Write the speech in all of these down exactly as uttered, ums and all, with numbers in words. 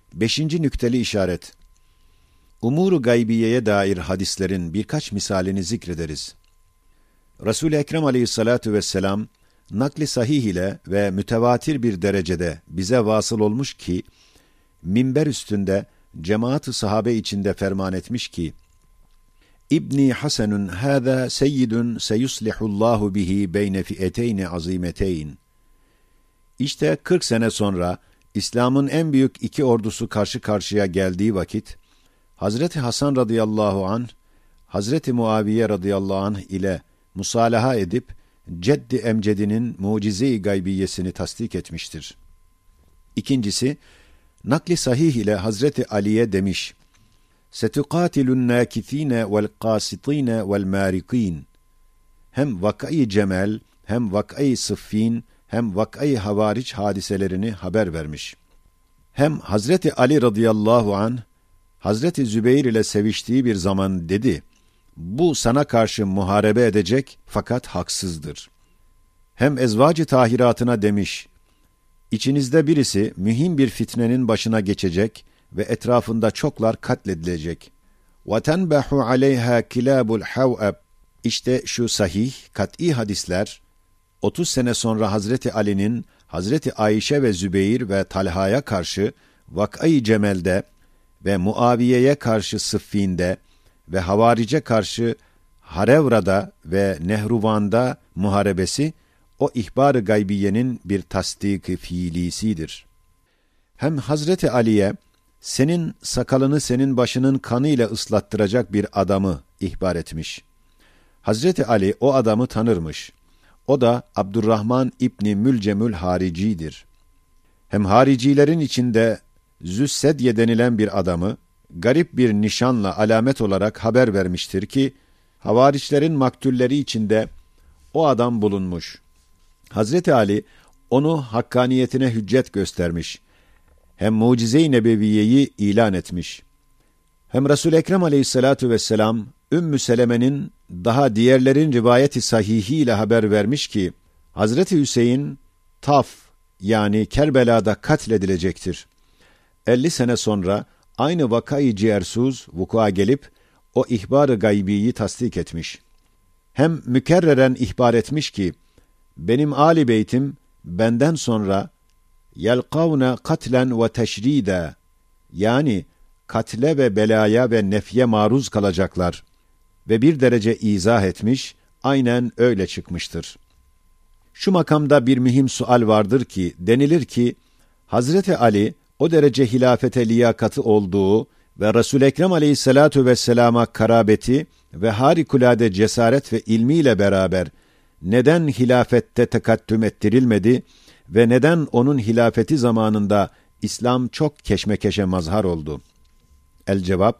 Beşinci nükteli işaret. Umur-u gaybiyeye dair hadislerin birkaç misalini zikrederiz. Resul-i Ekrem aleyhissalatu vesselam, nakli sahih ile ve mütevatir bir derecede bize vasıl olmuş ki, minber üstünde cemaat-ı sahabe içinde ferman etmiş ki, İbni Hasenun hâzâ seyyidun seyuslihullahu bihi beyne fi'eteyni azimeteyn. İşte kırk sene sonra İslam'ın en büyük iki ordusu karşı karşıya geldiği vakit, Hazreti Hasan radıyallahu anh, Hazreti Muaviye radıyallahu anh ile musalaha edip, Ceddi Emcedi'nin mucize-i gaybiyesini tasdik etmiştir. İkincisi, nakli sahih ile Hazreti Ali'ye demiş, Setukatilun nakithine vel kasitine vel marikîn. Hem vakayı Cemel, hem vakayı Sıffin, hem vakayı Havariç hadiselerini haber vermiş. Hem Hazreti Ali radıyallahu anh, Hazreti Zübeyir ile seviştiği bir zaman dedi, bu sana karşı muharebe edecek fakat haksızdır. Hem ezvacı tahiratına demiş, İçinizde birisi mühim bir fitnenin başına geçecek ve etrafında çoklar katledilecek. وَتَنْبَحُ عَلَيْهَا كِلَابُ الْحَوْأَبِ. İşte şu sahih, kat'i hadisler, otuz sene sonra Hazreti Ali'nin, Hazreti Ayşe ve Zübeyir ve Talha'ya karşı Vak'ayı Cemel'de ve Muaviye'ye karşı Sıffin'de ve Havarice karşı Harevra'da ve Nehruvan'da muharebesi, o ihbar-ı gaybiyenin bir tasdik-i fiilisidir. Hem Hazreti Ali'ye, senin sakalını senin başının kanıyla ıslattıracak bir adamı ihbar etmiş. Hazreti Ali o adamı tanırmış. O da Abdurrahman İbni Mülcemül Harici'dir. Hem haricilerin içinde Züssedye denilen bir adamı, garip bir nişanla alamet olarak haber vermiştir ki, havariçlerin maktulleri içinde o adam bulunmuş. Hazreti Ali, onu hakkaniyetine hüccet göstermiş. Hem mucize-i nebeviyeyi ilan etmiş. Hem Resul-i Ekrem aleyhissalatu vesselam, Ümmü Seleme'nin daha diğerlerin rivayeti sahihiyle haber vermiş ki, Hazreti Hüseyin, Taf yani Kerbela'da katledilecektir. elli sene sonra aynı vakayı ciğersuz vuku'a gelip, o ihbar-ı gaybiyi tasdik etmiş. Hem mükerreren ihbar etmiş ki, benim âli beytim benden sonra yelkavne katlen ve teşride, yani katle ve belaya ve nefye maruz kalacaklar ve bir derece izah etmiş, aynen öyle çıkmıştır. Şu makamda bir mühim sual vardır ki, denilir ki, Hazreti Ali o derece hilafete liyakatı olduğu ve Resul-i Ekrem aleyhissalatu vesselama karabeti ve harikulade cesaret ve ilmiyle beraber neden hilafette tekattüm ettirilmedi ve neden onun hilafeti zamanında İslam çok keşmekeşe mazhar oldu? El cevap,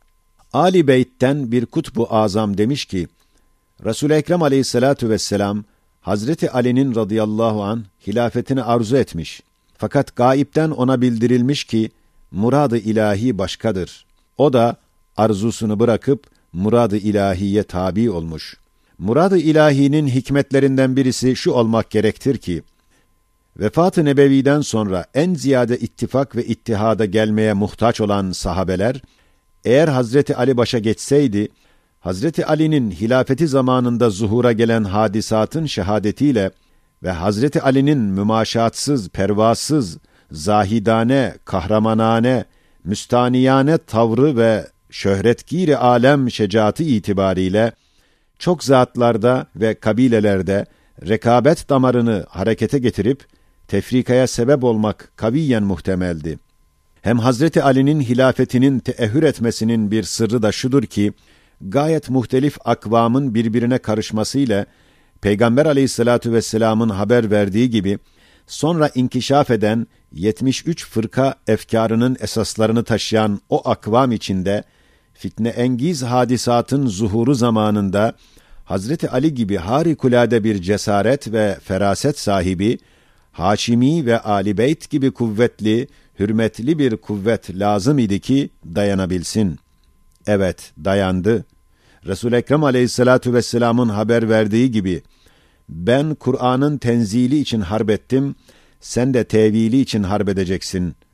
Ali Beyt'ten bir kutbu azam demiş ki, Resul-i Ekrem aleyhissalatu vesselam, Hazreti Ali'nin radıyallahu anh hilafetini arzu etmiş. Fakat gaipten ona bildirilmiş ki, murad-ı ilahi başkadır. O da arzusunu bırakıp, murad-ı ilahiye tabi olmuş. Murad-ı ilahinin hikmetlerinden birisi şu olmak gerektir ki, vefat-ı nebeviden sonra en ziyade ittifak ve ittihada gelmeye muhtaç olan sahabeler, eğer Hazreti Ali başa geçseydi, Hazreti Ali'nin hilafeti zamanında zuhura gelen hadisatın şehadetiyle ve Hazreti Ali'nin mümaşatsız, pervasız, zahidane, kahramanane, müstaniyane tavrı ve şöhretgîr-i alem şecaatı itibariyle, çok zatlarda ve kabilelerde rekabet damarını harekete getirip, tefrikaya sebep olmak kaviyen muhtemeldi. Hem Hazreti Ali'nin hilafetinin teehhür etmesinin bir sırrı da şudur ki, gayet muhtelif akvamın birbirine karışmasıyla, Peygamber aleyhissalatu vesselamın haber verdiği gibi, sonra inkişaf eden yetmiş üç fırka efkarının esaslarını taşıyan o akvam içinde, fitne engiz hadisatın zuhuru zamanında, Hazreti Ali gibi harikulade bir cesaret ve feraset sahibi, Haşimi ve Ali Beyt gibi kuvvetli, hürmetli bir kuvvet lazım idi ki dayanabilsin. Evet, dayandı. Resul-i Ekrem aleyhissalatu vesselamın haber verdiği gibi, ben Kur'an'ın tenzili için harp ettim, sen de tevili için harp edeceksin.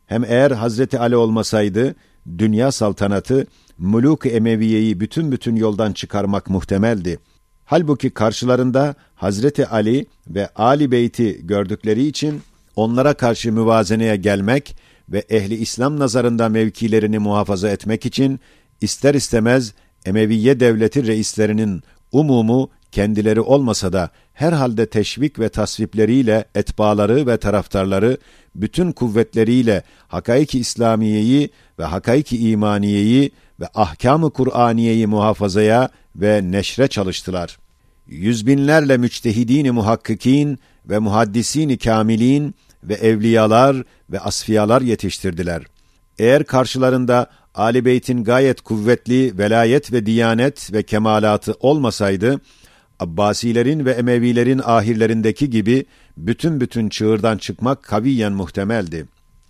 Hem eğer Hazreti Ali olmasaydı, dünya saltanatı, Mülûk-i Emeviye'yi bütün bütün yoldan çıkarmak muhtemeldi. Halbuki karşılarında Hazreti Ali ve Ali Beyt'i gördükleri için onlara karşı müvazeneye gelmek ve ehli İslam nazarında mevkilerini muhafaza etmek için ister istemez Emeviye devleti reislerinin umumu kendileri olmasa da herhalde teşvik ve tasvipleriyle etbaları ve taraftarları bütün kuvvetleriyle hakaik-i İslamiyeyi ve hakaik-i imaniyeyi ve ahkam-ı Kur'aniyeyi muhafazaya ve neşre çalıştılar. Yüzbinlerle müçtehidin-i muhakkikin ve muhaddisini kamilin ve evliyalar ve asfiyalar yetiştirdiler. Eğer karşılarında Ali Beyt'in gayet kuvvetli velayet ve diyanet ve kemalatı olmasaydı, Abbasilerin ve Emevilerin ahirlerindeki gibi bütün bütün çığırdan çıkmak kaviyen muhtemeldi.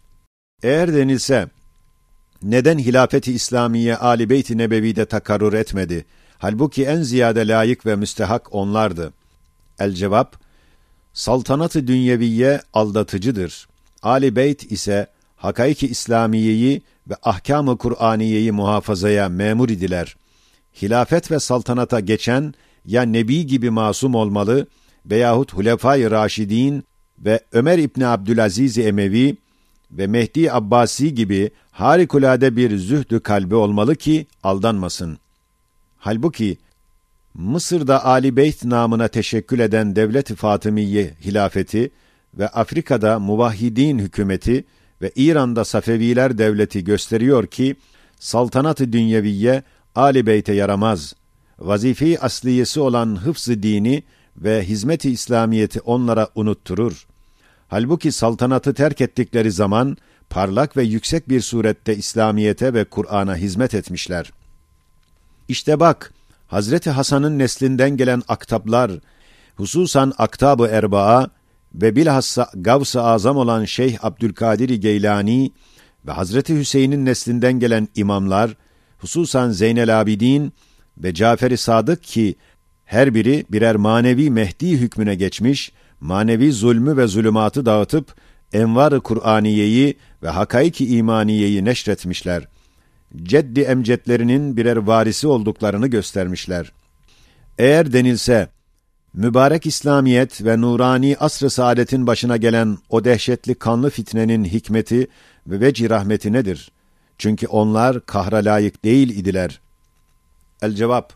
Eğer denilse, neden hilafeti İslamiye Ali Beyt-i Nebevi'de takarrur etmedi? Halbuki en ziyade layık ve müstehak onlardı. El cevap, saltanat-ı dünyeviye aldatıcıdır. Ali Beyt ise hakaik-i İslamiyeyi ve ahkam-ı Kur'aniyeyi muhafazaya memur idiler. Hilafet ve saltanata geçen ya Nebi gibi masum olmalı veyahut Hulefai Raşidin ve Ömer İbni Abdülaziz Emevi ve Mehdi Abbasi gibi harikulade bir zühdü kalbi olmalı ki aldanmasın. Halbuki Mısır'da Ali Beyt namına teşekkül eden Devlet-i Fatımiye hilafeti ve Afrika'da Muvahhidin hükümeti ve İran'da Safeviler devleti gösteriyor ki saltanat-ı dünyeviye Ali Beyt'e yaramaz. Vazife-i asliyesi olan hıfz-ı dini ve hizmet-i İslamiyeti onlara unutturur. Halbuki saltanatı terk ettikleri zaman parlak ve yüksek bir surette İslamiyete ve Kur'an'a hizmet etmişler. İşte bak, Hazreti Hasan'ın neslinden gelen aktaplar, hususan Aktab-ı Erba'a ve bilhassa Gavs-ı Azam olan Şeyh Abdülkadir Geylani ve Hazreti Hüseyin'in neslinden gelen imamlar, hususan Zeynel Abidin ve Cafer-i Sadık ki her biri birer manevi Mehdi hükmüne geçmiş, manevi zulmü ve zulümatı dağıtıp envar-ı Kur'aniyeyi ve hakaik-i imaniyeyi neşretmişler. Ceddi emcetlerinin birer varisi olduklarını göstermişler. Eğer denilse, mübarek İslamiyet ve nurani asr-ı saadetin başına gelen o dehşetli kanlı fitnenin hikmeti ve vecih rahmeti nedir? Çünkü onlar kahra layık değil idiler. El cevap,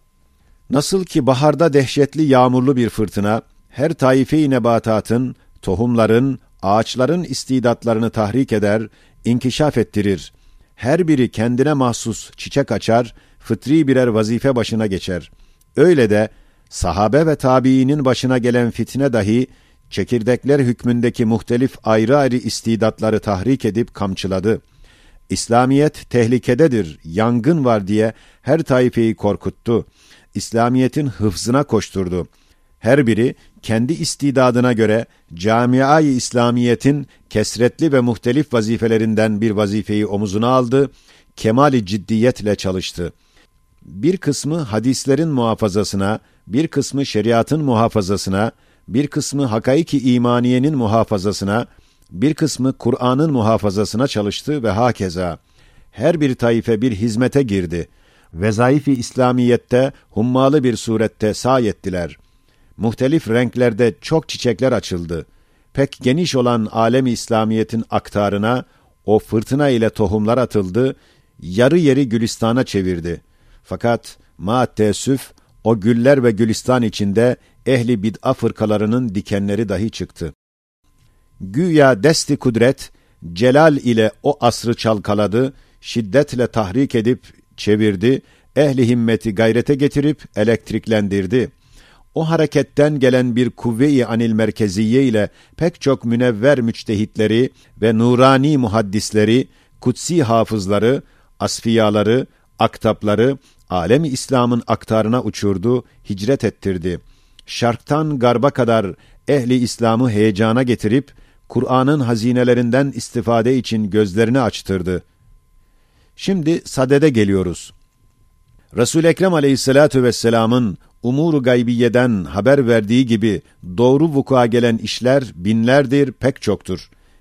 nasıl ki baharda dehşetli yağmurlu bir fırtına, her taife-i nebatatın, tohumların, ağaçların istidatlarını tahrik eder, inkişaf ettirir. Her biri kendine mahsus çiçek açar, fıtri birer vazife başına geçer. Öyle de sahabe ve tabiinin başına gelen fitne dahi, çekirdekler hükmündeki muhtelif ayrı ayrı istidatları tahrik edip kamçıladı. İslamiyet tehlikededir, yangın var diye her taifeyi korkuttu. İslamiyetin hıfzına koşturdu. Her biri kendi istidadına göre camia-i İslamiyetin kesretli ve muhtelif vazifelerinden bir vazifeyi omuzuna aldı, kemali ciddiyetle çalıştı. Bir kısmı hadislerin muhafazasına, bir kısmı şeriatın muhafazasına, bir kısmı hakaik-i imaniyenin muhafazasına, bir kısmı Kur'an'ın muhafazasına çalıştı ve hakeza. Her bir taife bir hizmete girdi. Vezaifi İslamiyette hummalı bir surette sahi ettiler. Muhtelif renklerde çok çiçekler açıldı. Pek geniş olan alem-i İslamiyet'in aktarına o fırtına ile tohumlar atıldı, yarı yeri gülistana çevirdi. Fakat ma-teessüf o güller ve gülistan içinde ehli bid'a fırkalarının dikenleri dahi çıktı. Güya desti kudret, celal ile o asrı çalkaladı, şiddetle tahrik edip çevirdi, ehli himmeti gayrete getirip elektriklendirdi. O hareketten gelen bir kuvve-i anil merkeziye ile pek çok münevver müçtehitleri ve nurani muhaddisleri, kutsi hafızları, asfiyaları, aktapları, alem-i İslam'ın aktarına uçurdu, hicret ettirdi. Şarktan garba kadar ehli İslam'ı heyecana getirip, Kur'an'ın hazinelerinden istifade için gözlerini açtırdı. Şimdi sadede geliyoruz. Resul-i Ekrem aleyhissalatu vesselamın umur-u gaybiyeden haber verdiği gibi doğru vuku'a gelen işler binlerdir, pek çoktur.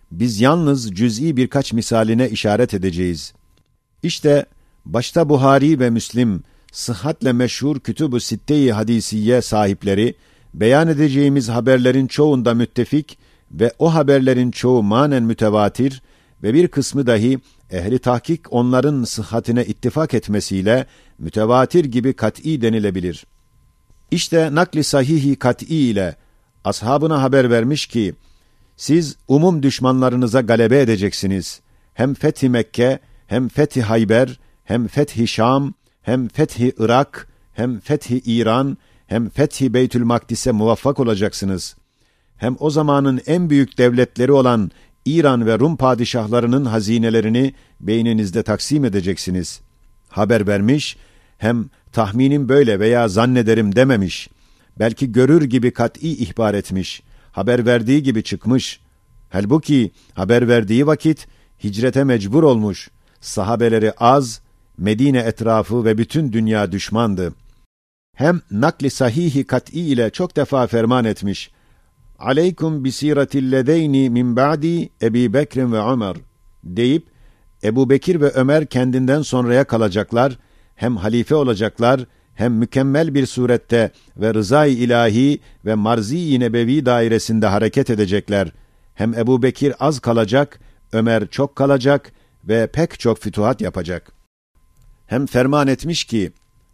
biz yalnız cüz'i birkaç misaline işaret edeceğiz. İşte başta Buhari ve Müslim, sıhhatle meşhur Kütüb-ü Sitte-i Hadisiye sahipleri, beyan edeceğimiz haberlerin çoğunda müttefik ve o haberlerin çoğu manen mütevatir ve bir kısmı dahi ehli tahkik onların sıhhatine ittifak etmesiyle mütevatir gibi kat'î denilebilir. İşte nakli sahihi kat'î ile ashabına haber vermiş ki, siz umum düşmanlarınıza galebe edeceksiniz. Hem fethi Mekke, hem fethi Hayber, hem fethi Şam, hem fethi Irak, hem fethi İran, hem fethi Beytül Makdis'e muvaffak olacaksınız. Hem o zamanın en büyük devletleri olan İran ve Rum padişahlarının hazinelerini beyninizde taksim edeceksiniz. Haber vermiş, hem tahminim böyle veya zannederim dememiş. Belki görür gibi kat'î ihbar etmiş. Haber verdiği gibi çıkmış. Halbuki haber verdiği vakit hicrete mecbur olmuş. Sahabeleri az, Medine etrafı ve bütün dünya düşmandı. Hem nakli sahihi kat'î ile çok defa ferman etmiş. Aleykum bisiratillezeyni min ba'di Ebi Bekr ve Ömer deyip, Ebu Bekir ve Ömer kendinden sonraya kalacaklar, hem halife olacaklar, hem mükemmel bir surette ve rızay ilahi ve marzi-i nebevi dairesinde hareket edecekler. Hem Ebu Bekir az kalacak, Ömer çok kalacak ve pek çok fütuhat yapacak. Hem ferman etmiş ki,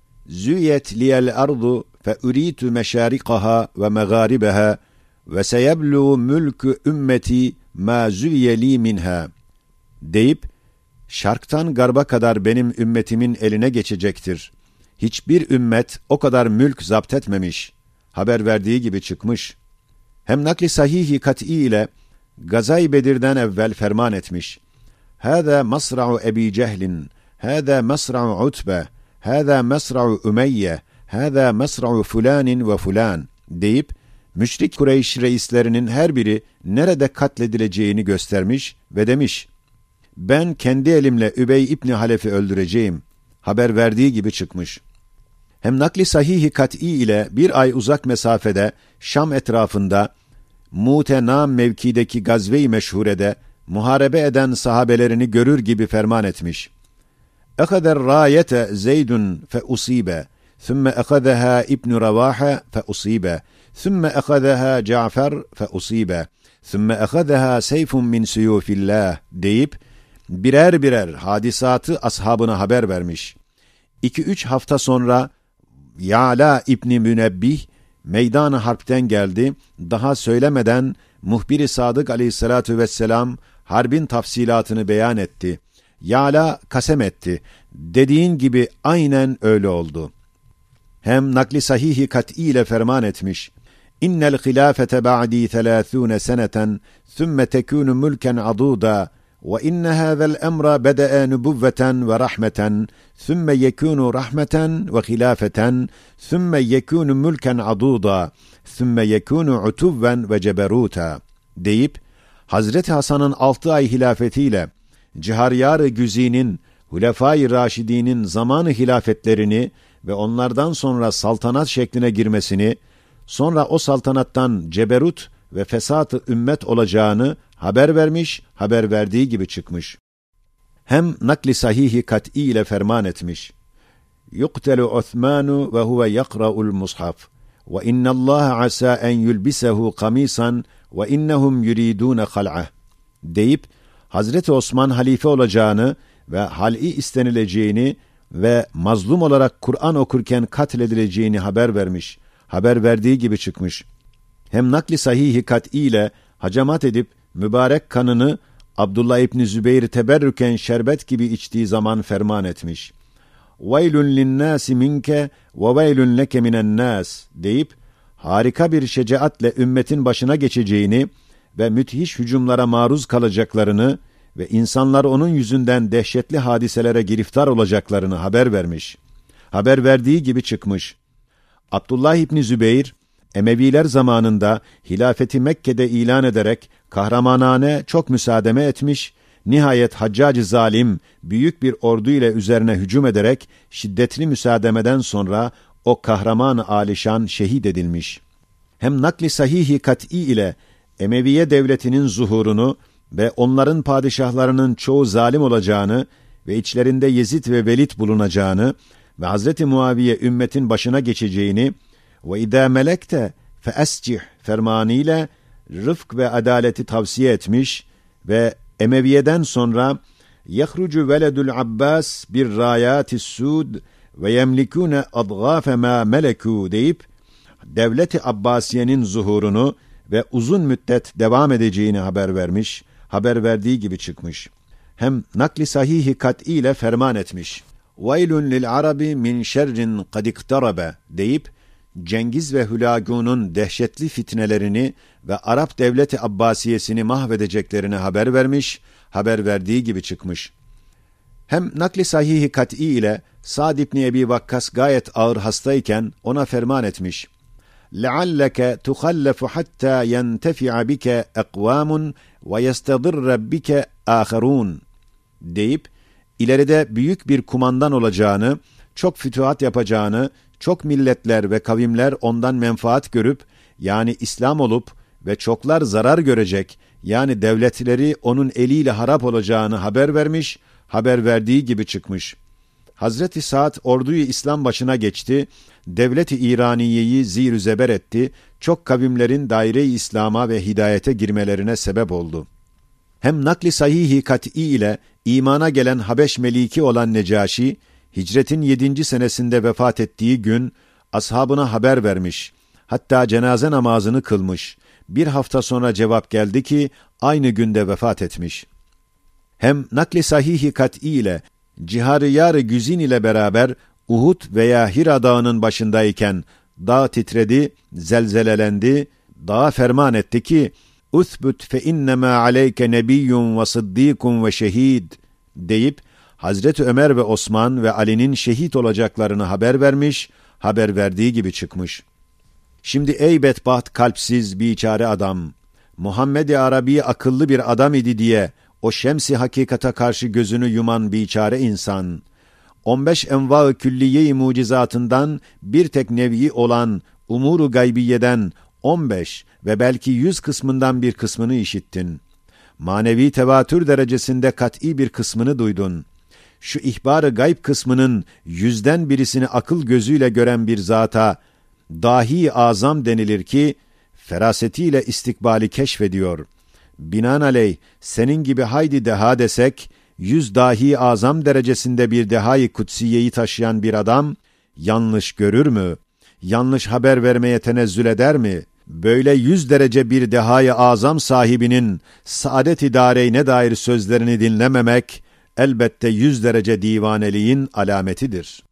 Züyet liyel ardu fe uritu meşarikaha ve megaribeha ve seyeblu mülkü ümmeti ma züyeli minha deyip, şarktan garba kadar benim ümmetimin eline geçecektir. Hiçbir ümmet o kadar mülk zapt etmemiş. Haber verdiği gibi çıkmış. Hem nakli sahihi kat'î ile Gazay Bedir'den evvel ferman etmiş. Hâzâ masra'u Ebi Cehlin, hâzâ masra'u Utbe, hâzâ masra'u Ümeyye, hâzâ masra'u fulanin ve fulan deyip, müşrik Kureyş reislerinin her biri nerede katledileceğini göstermiş ve demiş, ben kendi elimle Übey İbni Halef'i öldüreceğim. Haber verdiği gibi çıkmış. Hem nakli sahihi kat'î ile bir ay uzak mesafede Şam etrafında Mutena mevkideki gazve-i meşhurede muharebe eden sahabelerini görür gibi ferman etmiş. Ehader râyete Zeydun fe usibe, thumme ehadeha İbn Ravaha fe usibe, thumme ehadeha Cafer fe usibe, thumme ehadeha seyfun min suyufillah deyip birer birer hadisatı ashabına haber vermiş. İki üç hafta sonra Ya'la İbni Münebbih meydan-ı harpten geldi. Daha söylemeden muhbir-i sadık aleyhissalatu vesselam harbin tafsilatını beyan etti. Ya'la kasem etti. Dediğin gibi aynen öyle oldu. Hem nakli sahihi kat'î ile ferman etmiş. İnnel hilafete ba'di selâthûne seneten thumme tekûnu mülken adûda ve inne hâzel emra bede'e nübüvveten ve rahmeten thumme yekûnu rahmeten ve hilafeten thumme yekûnu mülken adûda thumme yekûnu utuvven ve ceberûta deyip, Hazreti Hasan'ın altı ay hilafetiyle Ciharyar-ı Güzi'nin, Hulefâ-i Raşidî'nin zamanı hilafetlerini ve onlardan sonra saltanat şekline girmesini, sonra o saltanattan ceberut ve fesat-ı ümmet olacağını haber vermiş, haber verdiği gibi çıkmış. Hem nakli sahihi kat'î ile ferman etmiş. Yuqtelu Osmanu ve huve yakra'ul mushaf ve innallâhe asâ en yulbisehu kamisan ve innehum yuridûne hal'ah deyip, Hazreti Osman halife olacağını ve hal'i istenileceğini ve mazlum olarak Kur'an okurken katledileceğini haber vermiş. Haber verdiği gibi çıkmış. Hem nakli sahihi kat'î ile hacamat edip mübarek kanını Abdullah İbni Zübeyir teberrüken şerbet gibi içtiği zaman ferman etmiş. وَيْلٌ لِلنَّاسِ مِنْكَ وَوَيْلٌ لَكَ مِنَ النَّاسِ deyip, harika bir şecaatle ümmetin başına geçeceğini ve müthiş hücumlara maruz kalacaklarını ve insanlar onun yüzünden dehşetli hadiselere giriftar olacaklarını haber vermiş. Haber verdiği gibi çıkmış. Abdullah İbni Zübeyir, Emeviler zamanında hilafeti Mekke'de ilan ederek kahramanane çok müsaademe etmiş, nihayet Haccac-ı Zalim büyük bir ordu ile üzerine hücum ederek şiddetli müsaademeden sonra o kahraman-ı alişan şehit edilmiş. Hem nakli sahihi kat'î ile Emeviye devletinin zuhurunu ve onların padişahlarının çoğu zalim olacağını ve içlerinde Yezid ve Velid bulunacağını ve Hazreti Muaviye ümmetin başına geçeceğini ve idâ melekte feescih fermanıyla rıfk ve adaleti tavsiye etmiş ve Emeviye'den sonra yahrucu veledul Abbas bir rayatis sud ve yemlikune adgâfe mâ melekû deyip devlet-i Abbasiye'nin zuhurunu ve uzun müddet devam edeceğini haber vermiş, haber verdiği gibi çıkmış. Hem nakli sahihi kat'i ile ferman etmiş. وَيْلٌ لِلْعَرَبِ مِنْ شَرٍ قَدْ اِقْتَرَبَ deyip, Cengiz ve Hülagû'nun dehşetli fitnelerini ve Arap Devleti Abbasiyesini mahvedeceklerini haber vermiş, haber verdiği gibi çıkmış. Hem nakli sahihi kat'i ile Sa'd ibn Ebi Vakkas gayet ağır hastayken ona ferman etmiş. لَعَلَّكَ تُخَلَّفُ حَتَّى يَنْتَفِعَ بِكَ اَقْوَامٌ وَيَسْتَضِرَّ بِكَ آخَرُونَ deyip, ileride büyük bir kumandan olacağını, çok fütuhat yapacağını, çok milletler ve kavimler ondan menfaat görüp, yani İslam olup ve çoklar zarar görecek, yani devletleri onun eliyle harap olacağını haber vermiş, haber verdiği gibi çıkmış. Hazreti Sa'd orduyu İslam başına geçti, devlet-i İraniye'yi zir-ü zeber etti, çok kavimlerin daire-i İslam'a ve hidayete girmelerine sebep oldu. Hem nakli sahihi kat'i ile imana gelen Habeş Meliki olan Necaşi, hicretin yedinci senesinde vefat ettiği gün, ashabına haber vermiş, hatta cenaze namazını kılmış. Bir hafta sonra cevap geldi ki, aynı günde vefat etmiş. Hem nakli sahihi kat'i ile Cihar-ı Yar-ı Güzin ile beraber Uhud veya Hira dağının başındayken dağ titredi, zelzelelendi, dağa ferman etti ki, "Uthbut fe innema aleyke nebiyyun ve sıddîkun ve şehid" deyip Hazreti Ömer ve Osman ve Ali'nin şehit olacaklarını haber vermiş, haber verdiği gibi çıkmış. Şimdi ey bedbaht kalpsiz biçare adam, Muhammed-i Arabi akıllı bir adam idi diye o şems-i hakikata karşı gözünü yuman biçare insan, on beş enva-ı külliye-i mucizatından bir tek nevi olan umuru gaybiyeden on beş ve belki yüz kısmından bir kısmını işittin. Manevi tevatür derecesinde kat'i bir kısmını duydun. Şu ihbar-ı gayb kısmının yüzden birisini akıl gözüyle gören bir zata, dahi azam denilir ki, ferasetiyle istikbali keşfediyor. Binaenaleyh, senin gibi haydi deha desek, yüz dahi azam derecesinde bir dehayı kutsiyeyi taşıyan bir adam, yanlış görür mü? Yanlış haber vermeye tenezzül eder mi? Böyle yüz derece bir dehayı azam sahibinin saadet-i dâreyne dair sözlerini dinlememek, elbette yüz derece divaneliğin alametidir.